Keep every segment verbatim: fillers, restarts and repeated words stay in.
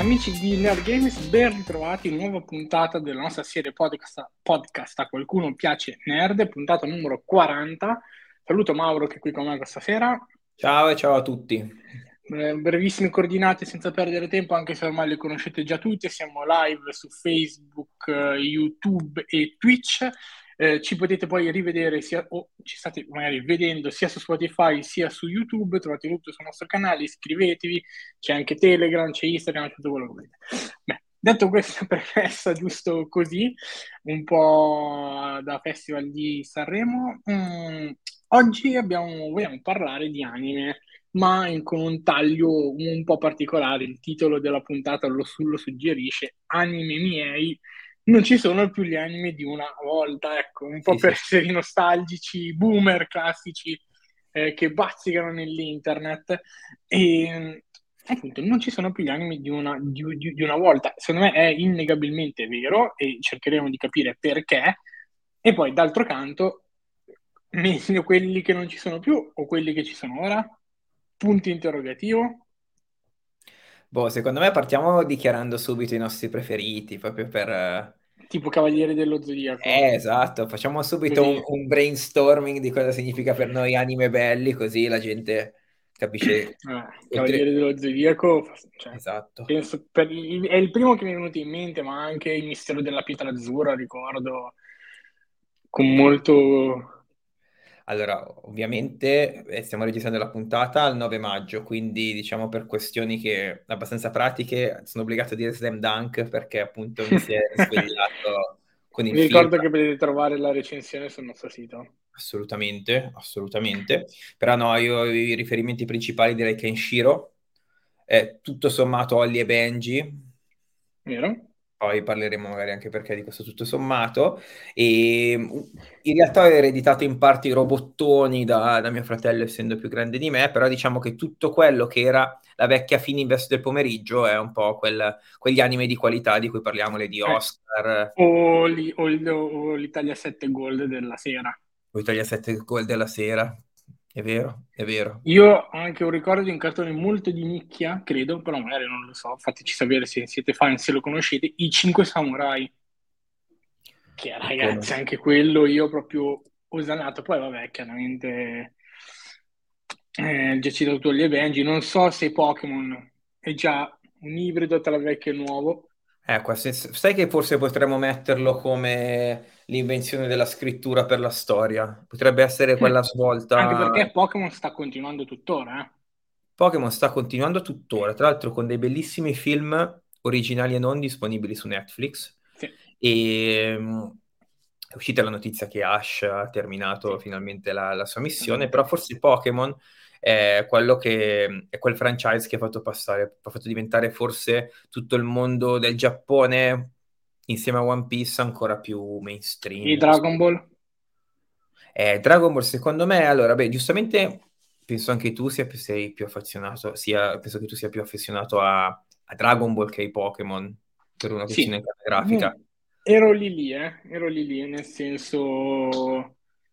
Amici di Nerd Games, ben ritrovati in nuova puntata della nostra serie podcast, podcast A Qualcuno Piace Nerd, puntata numero quaranta. Saluto Mauro che è qui con me questa sera. Ciao e ciao a tutti. Eh, brevissime coordinate senza perdere tempo, anche se ormai le conoscete già tutte. Siamo live su Facebook, eh, YouTube e Twitch. Eh, ci potete poi rivedere sia, o ci state magari vedendo sia su Spotify sia su YouTube, trovate tutto sul nostro canale, iscrivetevi, c'è anche Telegram, c'è Instagram, tutto quello che volete. Beh, detto questa premessa, giusto così, un po' da Festival di Sanremo, mm, oggi abbiamo, vogliamo parlare di anime, ma in- con un taglio un po' particolare. Il titolo della puntata lo, su- lo suggerisce, Anime miei, non ci sono più gli anime di una volta, ecco, un po' Sì, per sì. essere i nostalgici, boomer classici eh, che bazzicano nell'internet. E appunto, non ci sono più gli anime di una, di, di- di una volta. Secondo me è innegabilmente vero e cercheremo di capire perché. E poi, d'altro canto, meglio quelli che non ci sono più o quelli che ci sono ora? Punto interrogativo. Boh, secondo me partiamo dichiarando subito i nostri preferiti, proprio per... Eh, Tipo Cavaliere dello Zodiaco, eh, esatto, facciamo subito un, così. un brainstorming di cosa significa per noi anime belli, così la gente capisce. Eh, Oltre... Cavaliere dello Zodiaco, cioè, Esatto. penso per- è il primo che mi è venuto in mente, ma anche il Mistero della Pietra Azzurra, ricordo con molto... Allora, ovviamente eh, stiamo registrando la puntata al nove maggio, quindi diciamo per questioni che abbastanza pratiche sono obbligato a dire Slam Dunk perché appunto mi si è risvegliato con il Mi film. ricordo che potete trovare la recensione sul nostro sito, Assolutamente, assolutamente. Però no, io i riferimenti principali direi Kenshiro, è tutto sommato Holly e Benji, vero? poi parleremo magari anche perché di questo tutto sommato, e mm, in realtà ho ereditato in parte i robottoni da, da mio fratello essendo più grande di me, però diciamo che tutto quello che era la vecchia Fininvest del pomeriggio è un po' quel- quegli anime di qualità di cui parliamo, le di Eh, Oscar, o, li- o il- o l'Italia sette Gold della sera. o Italia sette Gol della sera, è vero, è vero. Io ho anche un ricordo di un cartone molto di nicchia, credo, però magari non lo so, fateci sapere se siete fan, se lo conoscete, I Cinque Samurai, che E come? ragazzi, anche quello io proprio osanato. Poi vabbè, chiaramente eh, già citato tu gli Benji, non so se Pokémon è già un ibrido tra vecchio e nuovo. Ecco, se- sai che forse potremmo metterlo come l'invenzione della scrittura per la storia? Potrebbe essere Mm. quella Anche svolta. perché Pokémon sta continuando tuttora, eh. Pokémon sta continuando tuttora, tra l'altro con dei bellissimi film originali e non disponibili su Netflix. Sì, E mh, è uscita la notizia che Ash ha terminato sì, finalmente la, la sua missione, finalmente. però forse Pokémon è quello che è quel franchise che ha fatto passare, ha fatto diventare forse tutto il mondo del Giappone insieme a One Piece ancora più mainstream. E Dragon Ball? Eh, Dragon Ball, secondo me, allora, beh, giustamente penso anche tu sia più, sei più affezionato, sia, penso che tu sia più affezionato a, a Dragon Ball che ai Pokémon, per una questione Sì. Mm. grafica. Ero lì lì, eh. Ero lì lì, nel senso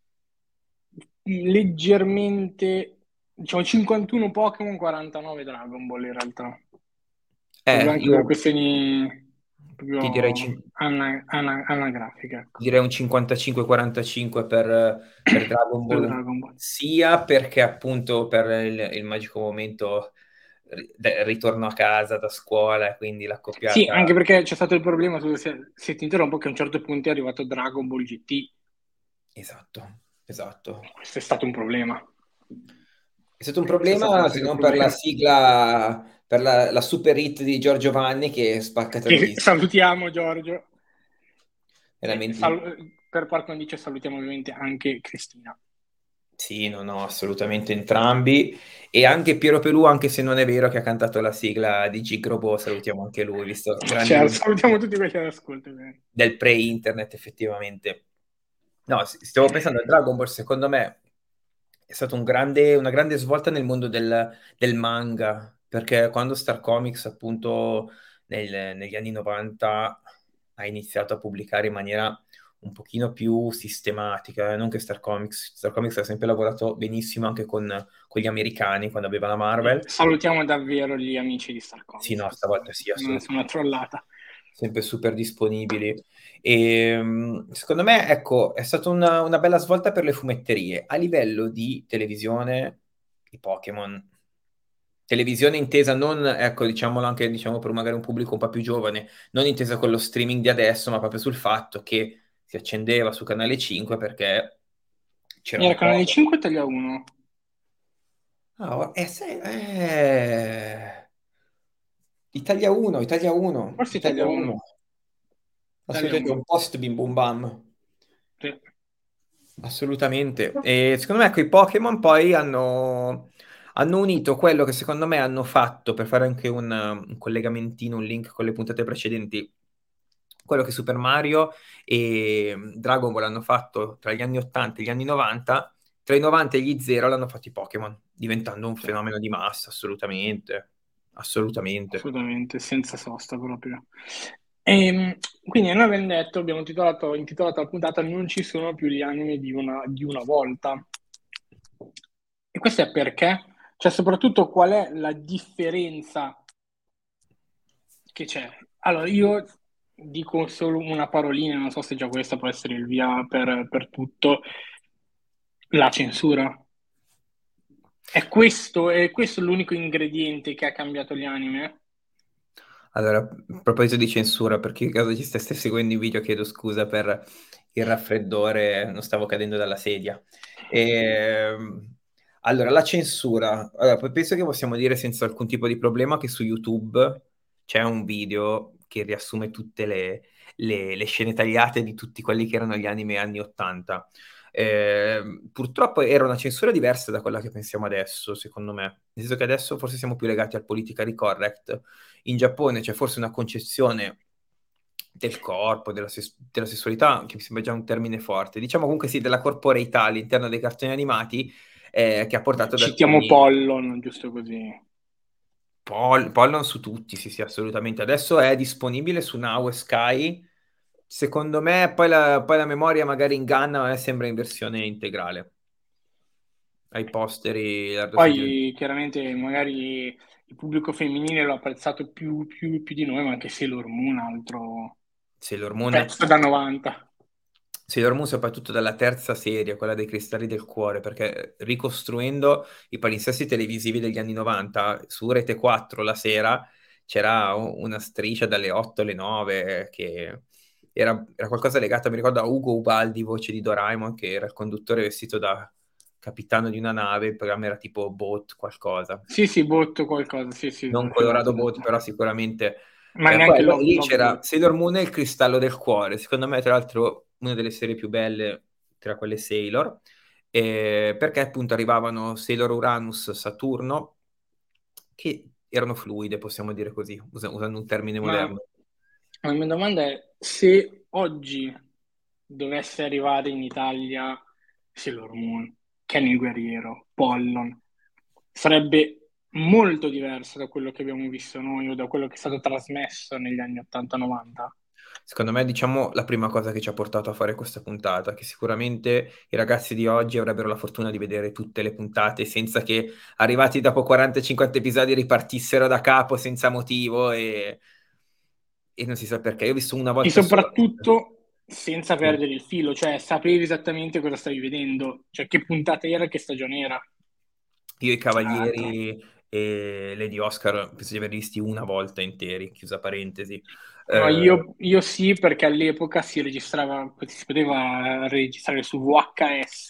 leggermente, diciamo cinquantuno Pokémon, quarantanove Dragon Ball in realtà. Proprio Eh, anche per io questioni ti direi, proprio cin- ana- ana- anagrafiche, ecco, direi un cinquantacinque quarantacinque per, per Dragon per Ball, Dragon Ball. sia perché appunto per il, il magico momento ri- de- ritorno a casa da scuola, e quindi Sì, l'accoppiata. anche perché c'è stato il problema, scusa se, se ti interrompo, che a un certo punto è arrivato Dragon Ball G T. Esatto, esatto. Questo è stato un problema. È stato un Questo è stato un problema se serio non per la problema. sigla, per la, la super hit di Giorgio Vanni che spacca Che tantissimo. salutiamo Giorgio. E Veramente. sal- per par condicio salutiamo ovviamente anche Cristina. Sì, no, no, assolutamente entrambi. E anche Piero Pelù, anche se non è vero che ha cantato la sigla di Gigrobo, salutiamo anche lui, visto grandi Cioè, luminari salutiamo tutti quelli all'ascolto. Ovviamente. del pre-internet, effettivamente. No, s- stavo pensando a Dragon Ball, secondo me è stata un grande- una grande svolta nel mondo del, del manga, perché quando Star Comics, appunto, nel- negli anni novanta ha iniziato a pubblicare in maniera un pochino più sistematica, eh? Non che Star Comics, Star Comics ha sempre lavorato benissimo anche con, con gli americani quando aveva la E Marvel. salutiamo davvero gli amici di Star Sì, Comics, no, questa stavolta sì, non è assolutamente. una trollata. Sempre super disponibili. E mh, secondo me, ecco, è stata una, una bella svolta per le fumetterie. A livello di televisione, i Pokémon. Televisione intesa non, ecco, diciamolo anche, diciamo, per magari un pubblico un po' più giovane, non intesa con lo streaming di adesso, ma proprio sul fatto che si accendeva su Canale cinque perché Era c'erano Canale cose. cinque o Italia uno? Ah, eh, sai, eh, Italia uno, Italia uno, Forse Italia Italia uno. uno. Italia Assolutamente uno. un post bim bum bam. Sì. Assolutamente. E secondo me, ecco, i Pokémon poi hanno, hanno unito quello che secondo me hanno fatto per fare anche un, un collegamentino, un link con le puntate precedenti, quello che Super Mario e Dragon Ball hanno fatto tra gli anni ottanta e gli anni novanta, tra i novanta e gli zero l'hanno fatto i Pokémon, diventando un Sì, fenomeno di massa, assolutamente. Assolutamente. assolutamente, senza sosta proprio. Ehm, quindi noi abbiamo detto, abbiamo titolato, intitolato la puntata Non ci sono più gli anime di una, di una volta. E questo è perché? Cioè, soprattutto qual è la differenza che c'è? Allora, io dico solo una parolina, non so se già questa può essere il via per, per tutto, la censura. È questo, è questo l'unico ingrediente che ha cambiato gli anime? Allora, a proposito di censura, per chi in caso ci stesse seguendo in video, chiedo scusa per il raffreddore, non stavo cadendo dalla sedia. Ehm, allora, la censura. Allora, poi penso che possiamo dire senza alcun tipo di problema che su YouTube c'è un video che riassume tutte le, le- le scene tagliate di tutti quelli che erano gli anime anni ottanta. Ehm, purtroppo era una censura diversa da quella che pensiamo adesso, secondo me. Nel senso che adesso forse siamo più legati al politically correct. In Giappone c'è forse una concezione del corpo, della, ses- della sessualità, che mi sembra già un termine forte, diciamo comunque sì, della corporeità all'interno dei cartoni animati, eh, che ha portato ad Citiamo alcuni Pollon, giusto così. poll- pollon su tutti, sì sì, assolutamente. Adesso è disponibile su Now e Sky, secondo me poi la, poi la memoria magari inganna, ma a me sembra in versione integrale. Ai posteri, guarda, sentire Poi chiaramente magari il pubblico femminile l'ha apprezzato più, più- più di noi, ma anche Sailor Moon, altro Sailor Moon. pezzo da novanta. Sailor Moon soprattutto dalla terza serie, quella dei Cristalli del Cuore, perché ricostruendo i palinsesti televisivi degli anni novanta, su Rete quattro la sera c'era u- una striscia dalle otto alle nove che era, era qualcosa legato, mi ricordo, a Ugo Ubaldi, voce di Doraemon, che era il conduttore vestito da capitano di una nave, il programma era tipo Boat qualcosa. Sì, sì, botto qualcosa, sì, sì, Non esatto, Colorado Boat, esatto. però sicuramente Ma era neanche quello. Love, Lì Love c'era Boat. Sailor Moon e il Cristallo del Cuore, secondo me tra l'altro una delle serie più belle tra quelle Sailor, eh, perché appunto arrivavano Sailor Uranus, Saturno, che erano fluide, possiamo dire così, usa- usando un termine Ma moderno. la mia domanda è se oggi dovesse arrivare in Italia Sailor Moon, Kenny il Guerriero, Pollon, sarebbe molto diverso da quello che abbiamo visto noi o da quello che è stato trasmesso negli anni ottanta novanta. Secondo me, diciamo, la prima cosa che ci ha portato a fare questa puntata, che sicuramente i ragazzi di oggi avrebbero la fortuna di vedere tutte le puntate senza che arrivati dopo quaranta cinquanta episodi ripartissero da capo senza motivo e, e non si sa perché. Io ho visto una E volta solamente. soprattutto senza Sì. perdere il filo, cioè sapevi esattamente cosa stavi vedendo, cioè che puntata era, che stagione era. Io i Altro. Cavalieri e Lady Oscar penso di averli visti una volta interi, chiusa parentesi. No, Eh, io, io sì, perché all'epoca si registrava, si poteva registrare su V H S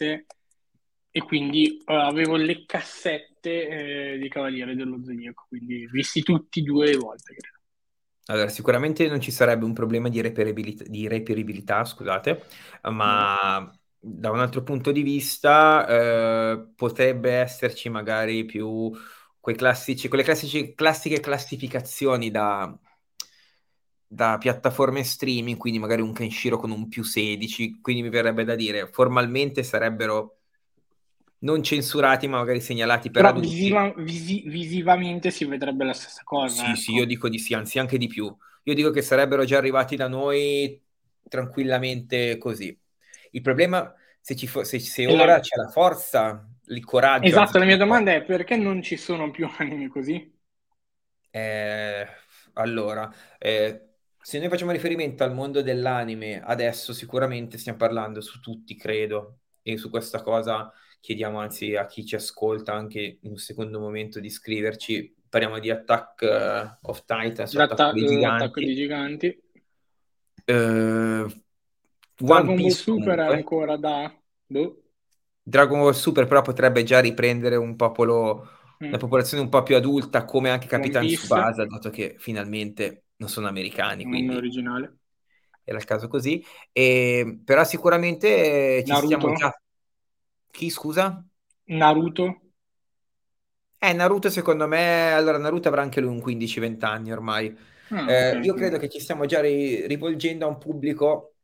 e quindi eh, avevo le cassette eh, di Cavaliere dello Zodiaco, quindi visti tutti due volte, credo. Allora, sicuramente non ci sarebbe un problema di reperibilità, di reperibilità, scusate, No. ma da un altro punto di vista eh, potrebbe esserci magari più quei classici, quelle classici, classiche classificazioni da, da piattaforme streaming, quindi magari un Kenshiro con un più sedici, quindi mi verrebbe da dire, formalmente sarebbero non censurati, ma magari segnalati per Però adulti. visiva- visi- visivamente si vedrebbe la stessa cosa, Sì, sì, io ecco. dico di sì, anzi anche di più. Io dico che sarebbero già arrivati da noi tranquillamente così. Il problema, se, ci fo- se, se E la- ora c'è la forza, il coraggio, anzi, Esatto, la mia tutto, domanda è perché non ci sono più anime così? eh, allora, eh, se noi facciamo riferimento al mondo dell'anime, adesso sicuramente stiamo parlando su tutti, credo, e su questa cosa chiediamo anzi a chi ci ascolta anche in un secondo momento di scriverci. Parliamo di Attack eh, of Titan, su Attacco L'atta- dei l'attacco dei Giganti. giganti. Eh, One Dragon Ball Piece Super è comunque. ancora da... Boh. Dragon Ball Super però potrebbe già riprendere un popolo, una Mm. popolazione un po' più adulta, come anche One Capitan Piece, Tsubasa, dato che finalmente non sono americani, nome quindi originale. era il caso così. E, però sicuramente eh, ci Naruto? stiamo già... Chi, scusa? Naruto? Eh, Naruto secondo me... Allora, Naruto avrà anche lui un quindici venti anni ormai. Ah, ok. Eh, io credo Mm. che ci stiamo già ri- rivolgendo a un pubblico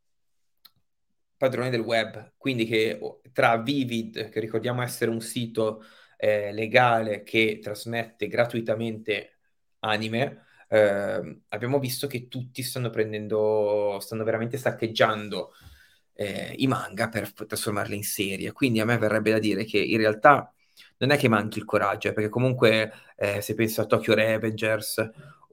padrone del web, quindi che oh, tra Vivid, che ricordiamo essere un sito eh, legale che trasmette gratuitamente anime, eh, abbiamo visto che tutti stanno prendendo, stanno veramente saccheggiando eh, i manga per trasformarli in serie. Quindi a me verrebbe da dire che in realtà non è che manchi il coraggio, eh, perché comunque eh, se penso a Tokyo Revengers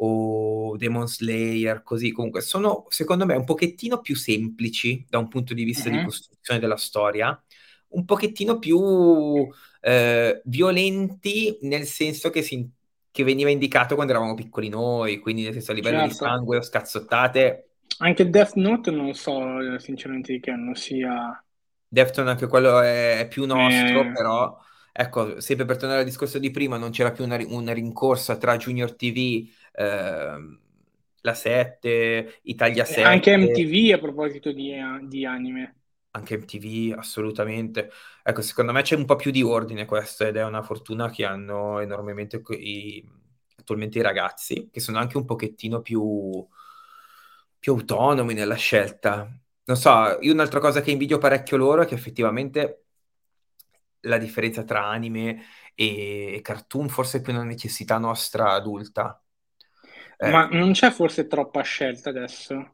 o Demon Slayer, così comunque sono secondo me un pochettino più semplici da un punto di vista di Mhm. costruzione della storia, un pochettino più eh, violenti nel senso che, si, che veniva indicato quando eravamo piccoli noi, quindi nel senso a livello di Certo. sangue o scazzottate. Anche Death Note non so eh, sinceramente di che anno sia... Defton anche quello è, è più nostro, Eh, però ecco, sempre per tornare al discorso di prima, non c'era più una, ri- una rincorsa tra Junior T V, ehm, la sette, Italia Anche sette, M T V a proposito di, di anime. anche M T V, assolutamente. Ecco, secondo me c'è un po' più di ordine questo ed è una fortuna che hanno enormemente que- i- attualmente i ragazzi, che sono anche un pochettino più, più autonomi nella scelta. Non so, io un'altra cosa che invidio parecchio loro è che effettivamente la differenza tra anime e, e cartoon forse è più una necessità nostra adulta. Ma Eh, non c'è forse troppa scelta adesso?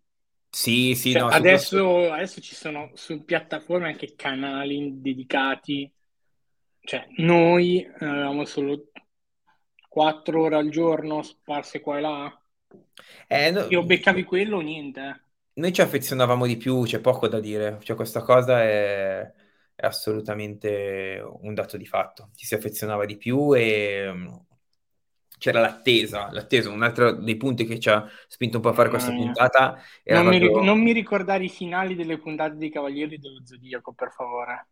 sì, sì, Cioè, no, su questo... adesso, adesso ci sono su piattaforme anche canali dedicati. Cioè, noi eh, avevamo solo quattro ore al giorno sparse qua e là. Eh, no, E o beccavi quello o niente. Eh. noi ci affezionavamo di più, c'è poco da dire, cioè questa cosa è, è assolutamente un dato di fatto, ci si affezionava di più e mm, c'era l'attesa, l'attesa, un altro dei punti che ci ha spinto un po' a fare Mamma questa mia. puntata era Non mi, ric- proprio non mi ricordare i finali delle puntate dei Cavalieri dello Zodiaco, per favore.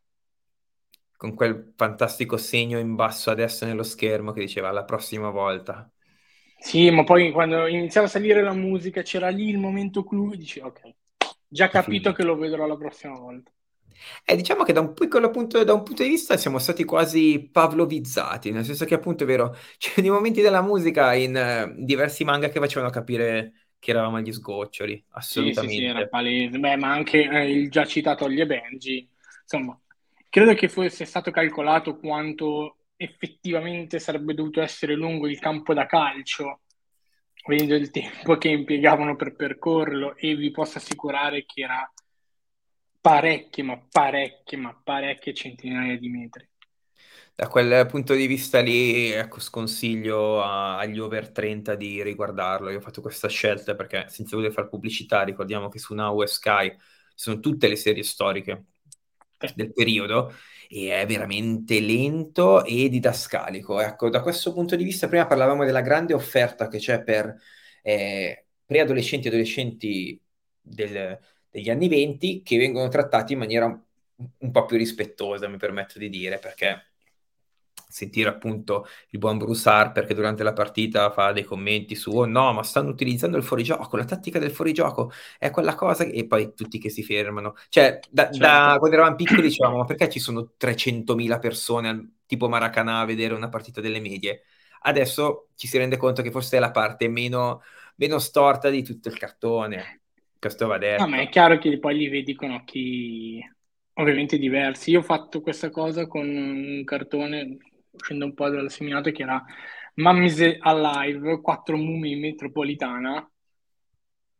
con quel fantastico segno in basso a destra nello schermo che diceva la prossima volta. Sì, ma poi quando iniziava a salire la musica c'era lì il momento clou e dici, ok, già È capito che finito. lo vedrò la prossima volta. Eh, diciamo che da un piccolo punto, da un punto di vista siamo stati quasi pavlovizzati, nel senso che appunto è vero, c'erano dei momenti della musica in eh, diversi manga che facevano capire che eravamo agli sgoccioli, Sì, sì, sì, era assolutamente. palese. Beh, ma anche eh, il già citato Ollie e Benji. Insomma, credo che fosse stato calcolato quanto effettivamente sarebbe dovuto essere lungo il campo da calcio, vedendo il tempo che impiegavano per percorrerlo, e vi posso assicurare che era parecchie, ma parecchie, ma parecchie centinaia di metri. Da quel punto di vista lì, ecco, sconsiglio a- agli over trenta di riguardarlo. Io ho fatto questa scelta perché, senza voler fare pubblicità, ricordiamo che su Now e Sky ci sono tutte le serie storiche Sì. del periodo e è veramente lento e didascalico. Ecco, da questo punto di vista, prima parlavamo della grande offerta che c'è per eh, preadolescenti e adolescenti del- degli anni venti che vengono trattati in maniera un un po' più rispettosa, mi permetto di dire, perché sentire appunto il buon Bruce Harper che durante la partita fa dei commenti su oh no, ma stanno utilizzando il fuorigioco, la tattica del fuorigioco è quella cosa che... e poi tutti che si fermano. Cioè, da, da Certo. quando eravamo piccoli dicevamo, ma perché ci sono trecentomila persone al tipo Maracanã a vedere una partita delle medie? Adesso ci si rende conto che forse è la parte meno, meno storta di tutto il cartone. Questo va No, ma è detto. chiaro che poi li vedi con occhi ovviamente diversi. Io ho fatto questa cosa con un cartone, uscendo un po' dal seminato, che era Mummies Alive, quattro mummie in metropolitana,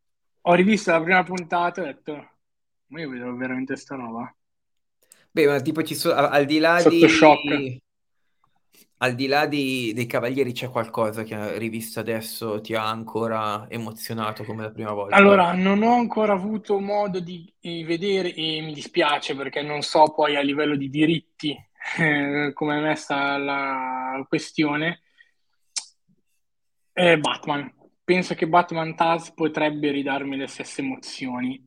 Ho rivisto la prima puntata e ho detto, ma io vedo veramente sta roba. Beh, ma tipo ci sono, al di là Sotto shock. di, al di là di- dei Cavalieri c'è qualcosa che hai rivisto adesso ti ha ancora emozionato come la prima volta? Allora, non ho ancora avuto modo di eh, vedere e mi dispiace perché non so poi a livello di diritti eh, come è messa la questione. Eh, Batman. Penso che Batman Taz potrebbe ridarmi le stesse emozioni,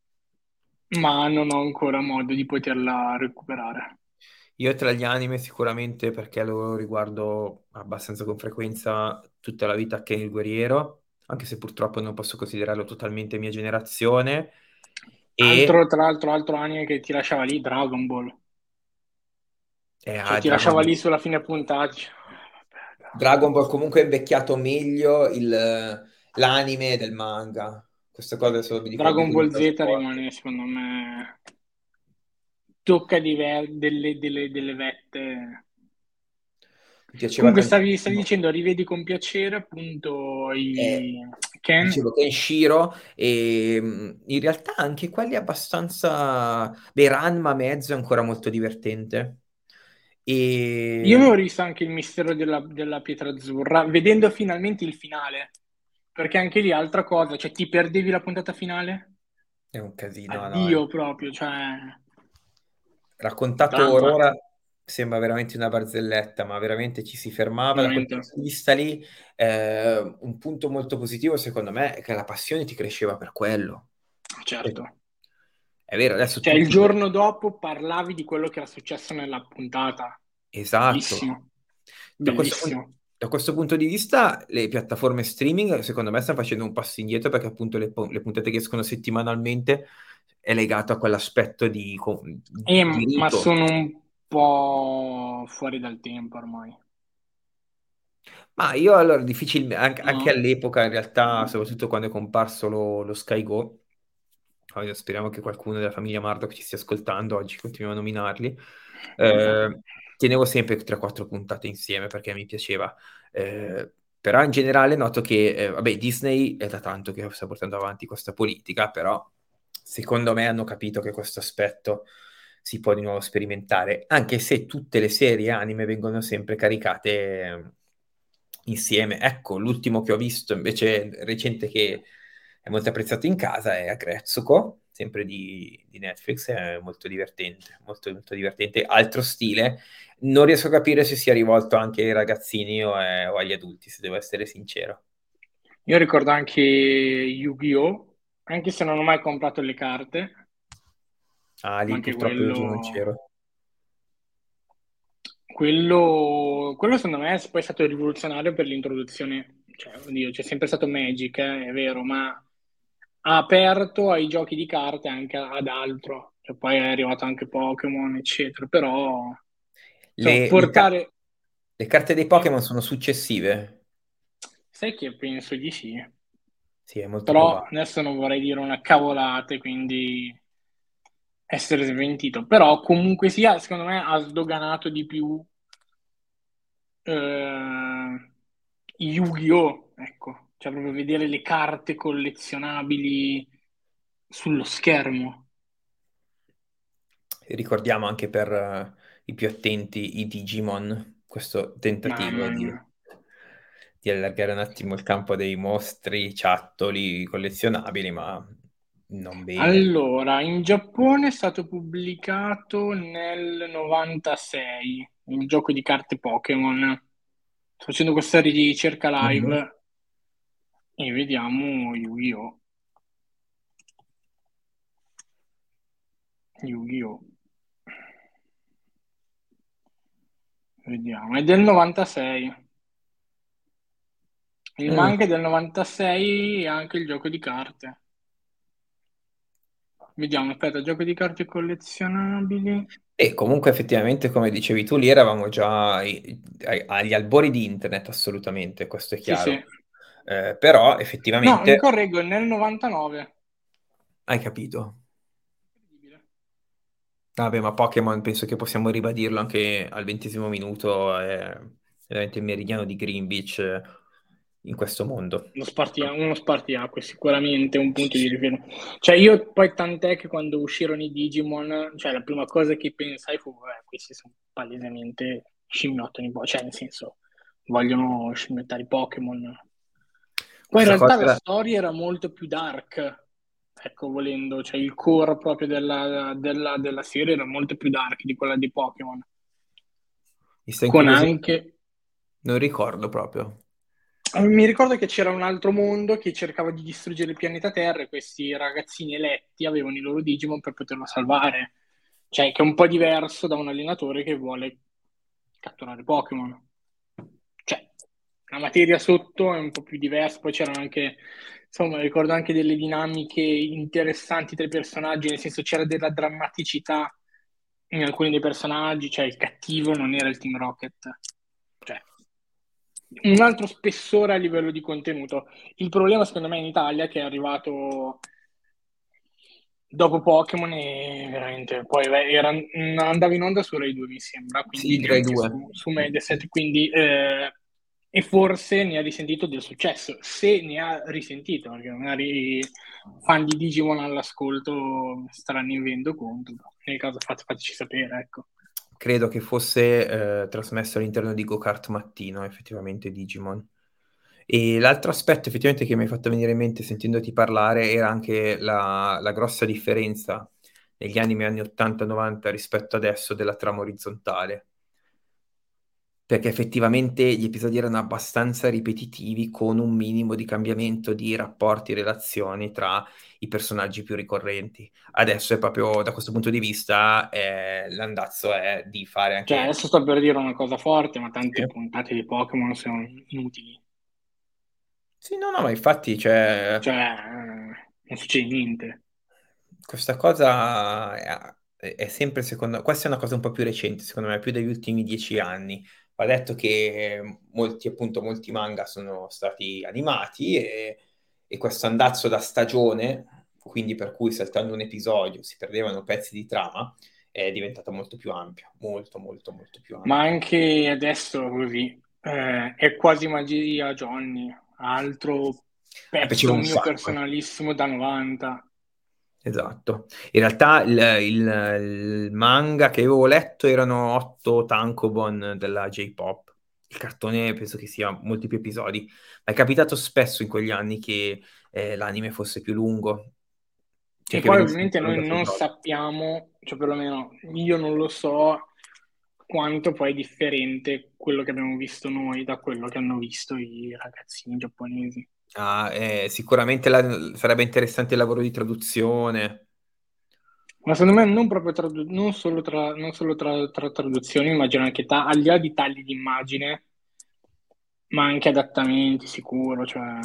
ma non ho ancora modo di poterla recuperare. Io tra gli anime sicuramente perché lo riguardo abbastanza con frequenza tutta la vita Ken il Guerriero, anche se purtroppo non posso considerarlo totalmente mia generazione. E Altro, tra l'altro, altro anime che ti lasciava lì, Dragon Ball. eh, Cioè, ah, ti Dragon lasciava Ball. lì sulla fine puntata. Dici, "Oh, vabbè, Dragon dai." Ball comunque è invecchiato meglio il- l'anime del manga. Questa cosa adesso mi dico, Dragon dico di Ball cose Z forti. rimane, secondo me, tocca diver- delle, delle, delle vette. Mi piaceva Comunque stavi, stavi tantissimo. dicendo, rivedi con piacere appunto Eh, i Ken. dicevo Kenshiro e mh, in realtà anche quelli abbastanza... Beh, Ranma mezzo è ancora molto divertente. Io E mi ho visto anche il mistero della, della pietra azzurra, vedendo finalmente il finale, perché anche lì altra cosa, cioè ti perdevi la puntata finale? è un casino, no? Addio proprio, cioè Raccontato dramma, ora sembra veramente una barzelletta, ma veramente ci si fermava. Da quel veramente, punto di vista lì, eh, un punto molto positivo secondo me è che la passione ti cresceva per quello. certo. È vero, adesso Cioè il tutti... giorno dopo parlavi di quello che era successo nella puntata. Esatto. Bellissimo, Da questo, pun- bellissimo. da questo punto di vista, le piattaforme streaming, secondo me, stanno facendo un passo indietro perché appunto le, po- le puntate che escono settimanalmente è legato a quell'aspetto di, co- Eh, di ma rito. sono un po' fuori dal tempo ormai. Ma io allora, difficilmente, anche, anche No? all'epoca, in realtà, soprattutto quando è comparso lo, lo Sky Go, poi speriamo che qualcuno della famiglia Murdoch ci stia ascoltando, oggi continuiamo a nominarli, eh, tenevo sempre tre quattro puntate insieme perché mi piaceva. Eh, però in generale noto che, eh, vabbè, Disney è da tanto che sta portando avanti questa politica, però secondo me hanno capito che questo aspetto si può di nuovo sperimentare, anche se tutte le serie anime vengono sempre caricate eh, insieme. Ecco, l'ultimo che ho visto invece recente che è molto apprezzato in casa è Agretsuko, sempre di, di Netflix, è molto divertente, molto, molto divertente, altro stile. Non riesco a capire se sia rivolto anche ai ragazzini o, eh, o agli adulti, se devo essere sincero. Io ricordo anche Yu-Gi-Oh! Anche se non ho mai comprato le carte, Ah, ma lì anche purtroppo io già non quello, c'ero. quello, quello secondo me è poi stato rivoluzionario per l'introduzione, cioè, oddio, c'è sempre stato Magic, eh, è vero, ma ha aperto ai giochi di carte anche ad altro, cioè, poi è arrivato anche Pokémon, eccetera, però insomma, Le, le ca- portare... le carte dei Pokémon sono successive? Sai che penso di sì, Sì, è molto però probabile. adesso non vorrei dire una cavolata, e quindi essere smentito, però comunque sia, secondo me ha sdoganato di più eh, Yu-Gi-Oh! Ecco, cioè proprio vedere le carte collezionabili sullo schermo. Ricordiamo anche per eh, i più attenti i Digimon, questo tentativo Mamma di, mia. di allargare un attimo il campo dei mostri, ciattoli collezionabili, ma non bene. Allora, in Giappone è stato pubblicato nel novantasei il gioco di carte Pokémon. Sto facendo questa ricerca Mhm. live e vediamo Yu-Gi-Oh! Yu-Gi-Oh! Vediamo, è del novantasei. Il Mm. manga è del novantasei e anche il gioco di carte. Vediamo, aspetta, gioco di carte collezionabili. E comunque effettivamente, come dicevi tu, lì eravamo già ai- ai- agli albori di internet, assolutamente, questo è Sì, sì. chiaro. Eh, però No, mi effettivamente correggo, è nel novantanove. hai capito. Incredibile. Vabbè, ma Pokémon penso che possiamo ribadirlo anche al ventesimo minuto, è veramente il meridiano di Greenwich. in questo mondo. Uno spartia- uno spartiacque, sicuramente un punto di riferimento. Cioè io poi tant'è che quando uscirono i Digimon, cioè la prima cosa che pensai fu, eh, questi sono palesemente scimmiottoni, boh, cioè nel senso, vogliono scimmiottare i Pokémon. Poi in Questa cosa realtà la era- storia era molto più dark, ecco, volendo, cioè il core proprio della, della, della serie era molto più dark di quella di Pokémon, mi sta con incuriosendo, anche. non ricordo proprio. Mi ricordo che c'era un altro mondo che cercava di distruggere il pianeta Terra e questi ragazzini eletti avevano i loro Digimon per poterlo salvare. Cioè, che è un po' diverso da un allenatore che vuole catturare Pokémon. Cioè, la materia sotto è un po' più diversa. Poi c'erano anche, insomma, ricordo anche delle dinamiche interessanti tra i personaggi, nel senso c'era della drammaticità in alcuni dei personaggi, cioè il cattivo non era il Team Rocket. Cioè, un altro spessore a livello di contenuto. Il problema, secondo me, in Italia, è che è arrivato dopo Pokémon e veramente poi beh, era, andava in onda su Rai due, mi sembra, Sì, quindi direi neanche due. su, su Mediaset, quindi eh, e forse ne ha risentito del successo, se ne ha risentito, perché magari i fan di Digimon all'ascolto staranno in vendo conto, nel caso fate, fateci sapere, ecco. Credo che fosse eh, trasmesso all'interno di Go-Kart Mattino, effettivamente Digimon. E l'altro aspetto effettivamente che mi hai fatto venire in mente sentendoti parlare era anche la, la grossa differenza negli anime anni ottanta novanta rispetto adesso della trama orizzontale. Perché effettivamente gli episodi erano abbastanza ripetitivi con un minimo di cambiamento di rapporti e relazioni tra i personaggi più ricorrenti. Adesso è proprio da questo punto di vista eh, l'andazzo è di fare Cioè, anche... adesso sto per dire una cosa forte, ma tante Sì, puntate di Pokémon sono inutili. sì, no, no, ma infatti cioè, Cioè, eh, non succede niente. questa cosa è, è sempre secondo questa è una cosa un po' più recente, secondo me, più degli ultimi dieci anni. Va detto che molti, appunto, molti manga sono stati animati e, e questo andazzo da stagione, quindi per cui saltando un episodio si perdevano pezzi di trama, è diventata molto più ampia, molto, molto, molto più Ma ampia. anche adesso così, eh, è quasi magia Johnny, altro Mi piaceva pezzo un mio sacco. personalissimo da novanta. Esatto. In realtà il, il- il manga che avevo letto erano otto tankobon della J-Pop. Il cartone penso che sia molti più episodi, ma è capitato spesso in quegli anni che eh, l'anime fosse più lungo, cioè E che poi venisse ovviamente noi prolungato non troppo. sappiamo, cioè perlomeno io non lo so, quanto poi è differente quello che abbiamo visto noi da quello che hanno visto i ragazzini giapponesi. Ah, eh, sicuramente la- sarebbe interessante il lavoro di traduzione. Ma secondo me non proprio tradu- non solo tra, non solo tra, tra traduzioni, immagino anche ta- al di là di tagli di immagine, ma anche adattamenti, sicuro, cioè.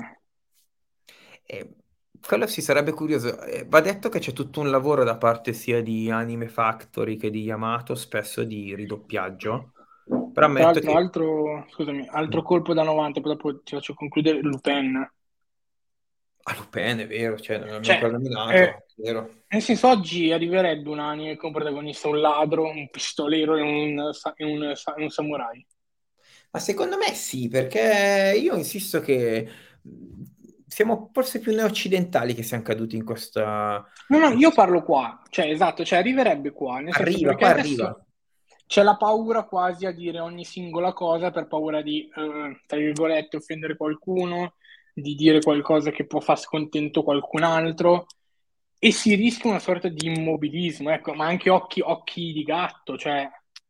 Eh, quello sì, sarebbe curioso. Eh, va detto che c'è tutto un lavoro da parte sia di Anime Factory che di Yamato, spesso di ridoppiaggio. Però Tra ammetto l'altro, che... altro, scusami, altro Mm. colpo da novanta, poi dopo ti faccio concludere, Lupin. Ah, Lupin, è vero, cioè, non l'abbiamo Cioè, ancora eh, nominato, è vero. nel senso, oggi arriverebbe un anime con protagonista un ladro, un pistolero e un, sa- e un, sa- e un samurai. Ma secondo me sì, perché io insisto che mh, siamo forse più noi occidentali che siamo caduti in questa... No, no, in io questo- parlo qua, cioè esatto, cioè arriverebbe qua, nel senso Arriva, perché qua arriva. adesso c'è la paura quasi a dire ogni singola cosa per paura di, eh, tra virgolette, offendere qualcuno, di dire qualcosa che può far scontento qualcun altro e si rischia una sorta di immobilismo, ecco, ma anche occhi, occhi di gatto, cioè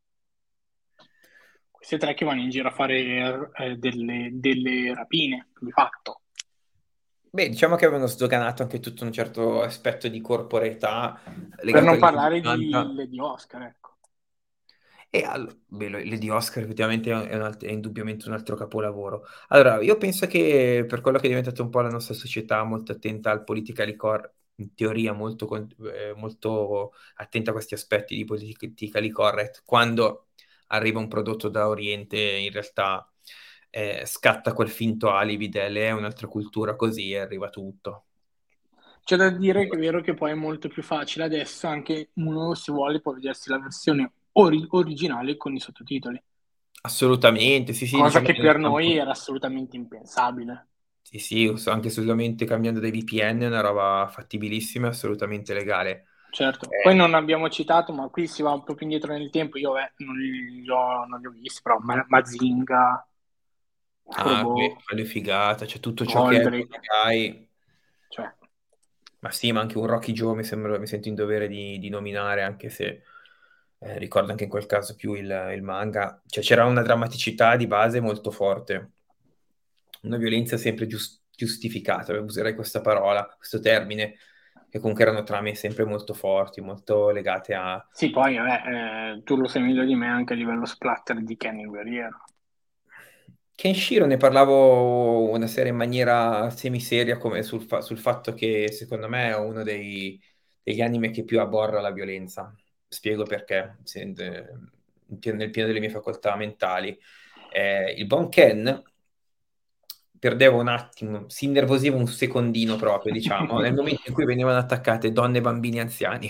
queste tre che vanno in giro a fare eh, delle, delle rapine, di fatto. Beh, diciamo che avevano sdoganato anche tutto un certo aspetto di corporeità Per legato non agli anni parlare di ottanta. Lady Oscar, ecco. E al- beh, lo- Lady Oscar effettivamente è, un alt- è indubbiamente un altro capolavoro. Allora, io penso che per quello che è diventata un po' la nostra società molto attenta al politically correct, in teoria molto, con- eh, molto attenta a questi aspetti di politically correct, quando arriva un prodotto da Oriente in realtà eh, scatta quel finto alibi del è un'altra cultura così e arriva tutto. C'è da dire che è vero che poi è molto più facile adesso, anche uno se vuole può vedersi la versione ori- originale con i sottotitoli. Assolutamente, sì, sì, Cosa diciamo che che nel per noi campo... era assolutamente impensabile. Sì, sì, so- anche solamente cambiando dei V P N è una roba fattibilissima e assolutamente legale. Certo, poi Eh, non abbiamo citato, ma qui si va un po' più indietro nel tempo. Io beh, non li ho, non li ho visti, però Ma- Mazinga, ah, que- Frobo, quello è figata, c'è tutto ciò che è Goldrake, Gonagai, cioè, ma sì, ma anche un Rocky Joe mi sembra, mi sento in dovere di, di nominare, anche se eh, ricordo anche in quel caso più il, il manga, cioè c'era una drammaticità di base molto forte, una violenza sempre gius- giustificata, userei questa parola, questo termine, che comunque erano trame sempre molto forti, molto legate a... sì, poi vabbè, eh, tu lo sai meglio di me anche a livello splatter di Kenny Guerriero. Kenshiro ne parlavo una sera in maniera semiseria come sul, fa- sul fatto che secondo me è uno dei- degli anime che più aborra la violenza. Spiego perché, se- eh, in pien- nel pieno delle mie facoltà mentali. Eh, il buon Ken perdeva un attimo, si innervosiva un secondino proprio, diciamo, nel momento in cui venivano attaccate donne, bambini, anziani.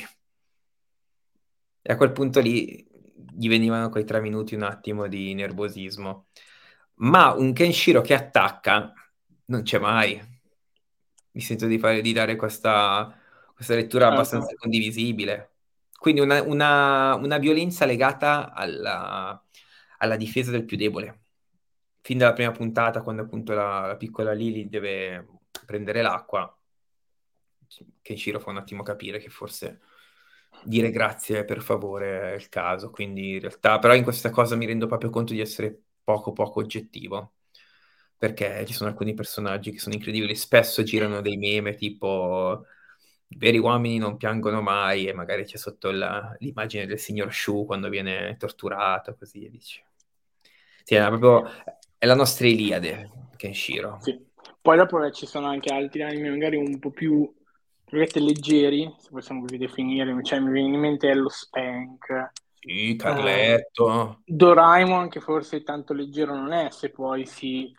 E a quel punto lì gli venivano quei tre minuti un attimo di nervosismo. Ma un Kenshiro che attacca non c'è mai. Mi sento di, fare, di dare questa, questa lettura Certo. abbastanza condivisibile. Quindi una, una- una violenza legata alla, alla difesa del più debole. Fin dalla prima puntata, quando appunto la, la piccola Lily deve prendere l'acqua, Kenshiro fa un attimo capire che forse dire grazie per favore è il caso. Quindi in realtà, però in questa cosa mi rendo proprio conto di essere poco poco oggettivo, perché ci sono alcuni personaggi che sono incredibili. Spesso girano dei meme tipo i veri uomini non piangono mai e magari c'è sotto la- l'immagine del signor Shu quando viene torturato, così e dici. Sì, è proprio è la nostra Iliade, Kenshiro. Sì. Poi dopo eh, ci sono anche altri anime magari un po' più tra virgolette, leggeri, se possiamo così definire, cioè mi viene in mente Hello Spank, Sì, eh, Carletto. Doraemon che forse tanto leggero non è se poi si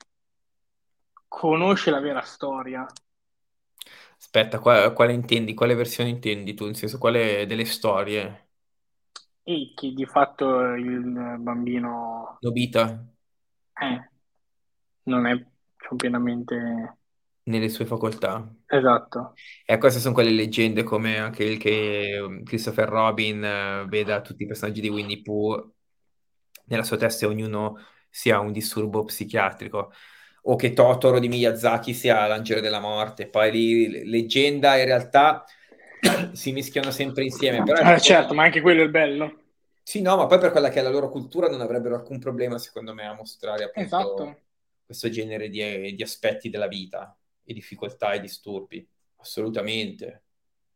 conosce la vera storia. Aspetta, qua- quale intendi? Quale versione intendi tu? Nel senso, quale delle storie? E che di fatto il bambino Nobita eh, non è pienamente nelle sue facoltà. esatto. E queste sono quelle leggende come anche il che um, Christopher Robin eh, veda tutti i personaggi di Winnie Pooh nella sua testa e ognuno sia un disturbo psichiatrico. O che Totoro di Miyazaki sia l'angelo della morte. Poi lì leggenda e realtà si mischiano sempre insieme. Però è Eh, proprio... certo, ma anche quello è il bello. Sì, no, ma poi per quella che è la loro cultura non avrebbero alcun problema, secondo me, a mostrare Esatto. appunto questo genere di, di aspetti della vita e difficoltà e disturbi. Assolutamente.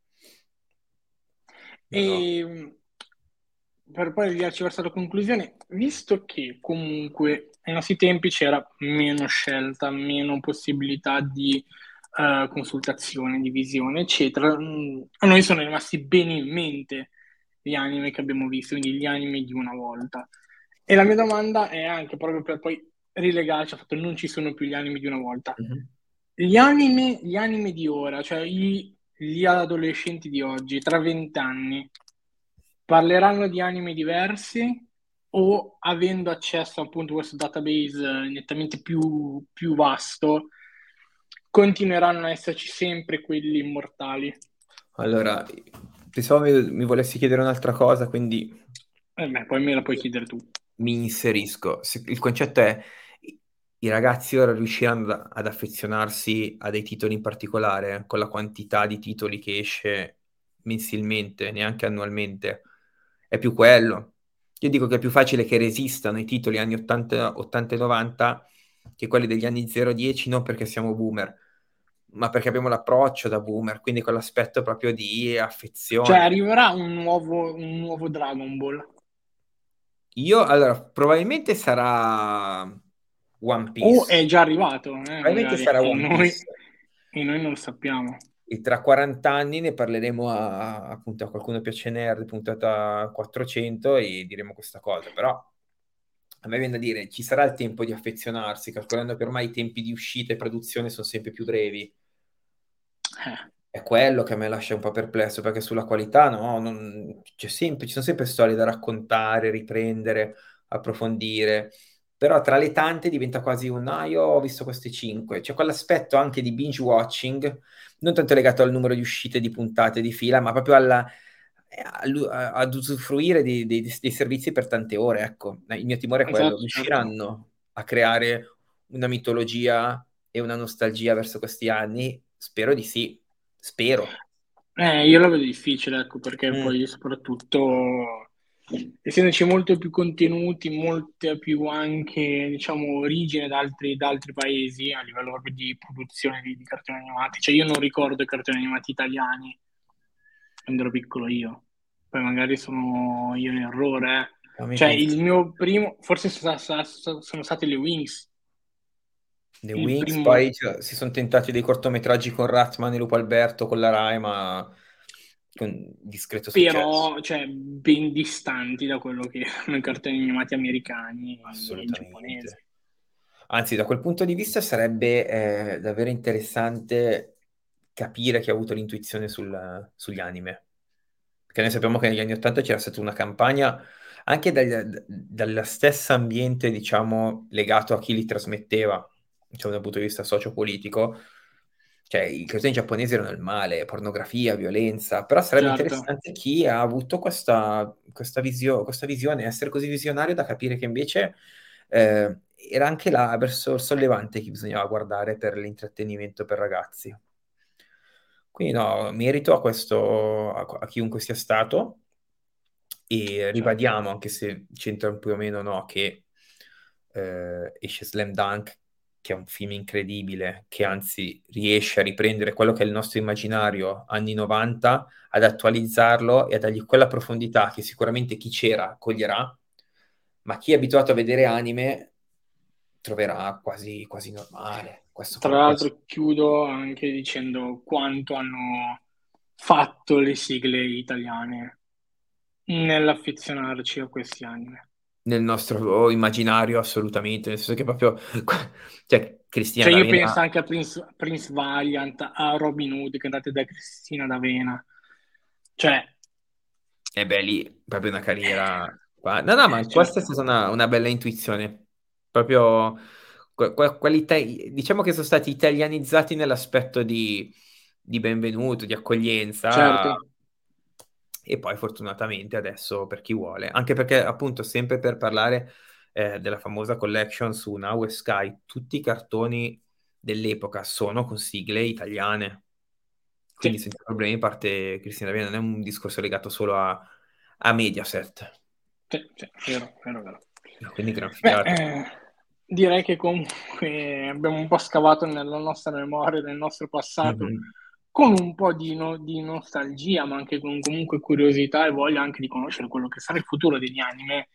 No, no. E mh, per poi avviarci verso la conclusione, visto che comunque ai nostri tempi c'era meno scelta, meno possibilità di eh, consultazione, di visione, eccetera, mh, a noi sono rimasti bene in mente gli anime che abbiamo visto, quindi gli anime di una volta. E la mia domanda è anche proprio per poi rilegarci al fatto che non ci sono più gli anime di una volta. Mhm. Gli anime, gli anime di ora, cioè gli, gli adolescenti di oggi, tra vent'anni, parleranno di anime diversi o avendo accesso appunto a questo database eh, nettamente più, più vasto, continueranno a esserci sempre quelli immortali? Allora, pensavo mi, mi volessi chiedere un'altra cosa, quindi Eh beh, poi me la puoi chiedere tu. mi inserisco. Se- il concetto è i i ragazzi ora riusciranno ad, ad affezionarsi a dei titoli in particolare, con la quantità di titoli che esce mensilmente, neanche annualmente. È più quello. Io dico che è più facile che resistano i titoli anni ottanta, ottanta e novanta che quelli degli anni zero dieci, non perché siamo boomer, ma perché abbiamo l'approccio da boomer, quindi quell'aspetto proprio di Cioè affezione. arriverà un nuovo, un nuovo Dragon Ball Io, allora, probabilmente sarà One o Piece. è già arrivato, eh, Probabilmente magari, sarà e One noi, Piece. e noi non lo sappiamo. E tra quaranta anni ne parleremo a, a- appunto a qualcuno piace nerd, puntata quattrocento e diremo questa cosa. Però a me viene da dire, ci sarà il tempo di affezionarsi, calcolando che ormai i tempi di uscita e produzione sono sempre più brevi. Eh. È quello che a me lascia un po' perplesso, perché sulla qualità no, non- c'è sempre, ci sono sempre storie da raccontare, riprendere. approfondire, però tra le tante diventa quasi un ah, io ho visto queste cinque, c'è quell'aspetto anche di binge watching, non tanto legato al numero di uscite di puntate di fila, ma proprio alla, a- ad usufruire di- di- dei servizi per tante ore, ecco. Il mio timore è quello, Esatto, certo. riusciranno a creare una mitologia e una nostalgia verso questi anni? Spero di sì, spero. Eh, io la vedo difficile, ecco, perché Mm, poi soprattutto essendoci molto più contenuti, molta più anche, diciamo, origine da altri, da altri paesi a livello proprio di produzione di, di cartoni animati. Cioè io non ricordo i cartoni animati italiani quando ero piccolo io. Poi magari sono io in errore, eh. fammi Cioè il pensare. mio primo, forse sono, sono state le Wings, The il Wings, primo, poi cioè, si sono tentati dei cortometraggi con Ratman e Lupo Alberto con la Rai, ma con discreto successo. però cioè, ben distanti da quello che erano i cartoni animati americani e giapponesi. Assolutamente. Anzi, da quel punto di vista sarebbe eh, davvero interessante capire chi ha avuto l'intuizione sul- sugli anime. Perché noi sappiamo che negli anni Ottanta c'era stata una campagna anche dal, dalla stessa ambiente, diciamo, legato a chi li trasmetteva, diciamo, dal punto di vista sociopolitico. Cioè, i cartoni giapponesi erano il male, pornografia, violenza, però sarebbe Certo, interessante chi ha avuto questa, questa, visio- questa visione, essere così visionario da capire che invece eh, era anche là verso il sollevante che bisognava guardare per l'intrattenimento per ragazzi. Quindi no, merito a questo, a, a chiunque sia stato, e certo. ribadiamo, anche se c'entra più o meno no, che eh, esce Slam Dunk, che è un film incredibile, che anzi riesce a riprendere quello che è il nostro immaginario anni novanta, ad attualizzarlo e a dargli quella profondità che sicuramente chi c'era coglierà, ma chi è abituato a vedere anime troverà quasi, quasi normale. Questo, Tra questo l'altro chiudo anche dicendo quanto hanno fatto le sigle italiane nell'affezionarci a questi anime. nel nostro immaginario assolutamente, nel senso che proprio cioè, Cristina Cioè io penso D'Avena, anche a Prince, Prince Valiant, a Robin Hood cantate da Cristina D'Avena. Cioè, e beh, lì proprio una carriera. qua- No, no, ma eh, questa è certo, stata una, una bella intuizione. Proprio que- que- quelli ita- diciamo che sono stati italianizzati nell'aspetto di, di benvenuto, di accoglienza. certo. E poi fortunatamente adesso per chi vuole, anche perché appunto sempre per parlare eh, della famosa collection su Now e Sky, tutti i cartoni dell'epoca sono con sigle italiane, Sì, quindi senza problemi parte Cristina D'Avena, non è un discorso legato solo a, a Mediaset. sì, sì, vero, vero, vero. No, quindi gran Beh, figata. eh, direi che comunque abbiamo un po' scavato nella nostra memoria, nel nostro passato, Mhm. con un po' di, no- di nostalgia, ma anche con comunque curiosità e voglia anche di conoscere quello che sarà il futuro degli anime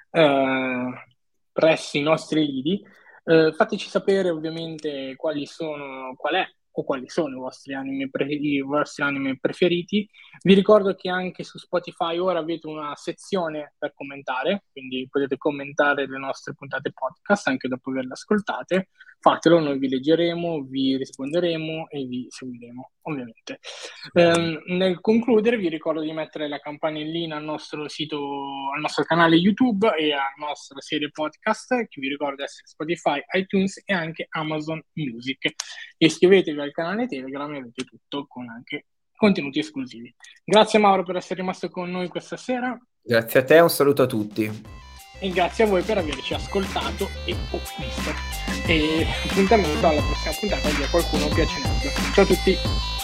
eh, presso i nostri lidi. Eh, fateci sapere ovviamente quali sono, qual è o quali sono i vostri anime, pre- i vostri anime preferiti. Vi ricordo che anche su Spotify ora avete una sezione per commentare, quindi potete commentare le nostre puntate podcast anche dopo averle ascoltate. Fatelo, noi vi leggeremo, vi risponderemo e vi seguiremo, ovviamente. Assolutamente. Ehm, nel concludere, vi ricordo di mettere la campanellina al nostro sito, al nostro canale YouTube e alla nostra serie podcast, che vi ricordo essere Spotify, iTunes e anche Amazon Music. Iscrivetevi al canale Telegram e avete tutto con anche contenuti esclusivi. Grazie Mauro per essere rimasto con noi questa sera Grazie a te, un saluto a tutti. e grazie a voi per averci ascoltato e o visto. E appuntamento alla prossima puntata di A Qualcuno Piace Nerd. Ciao a tutti!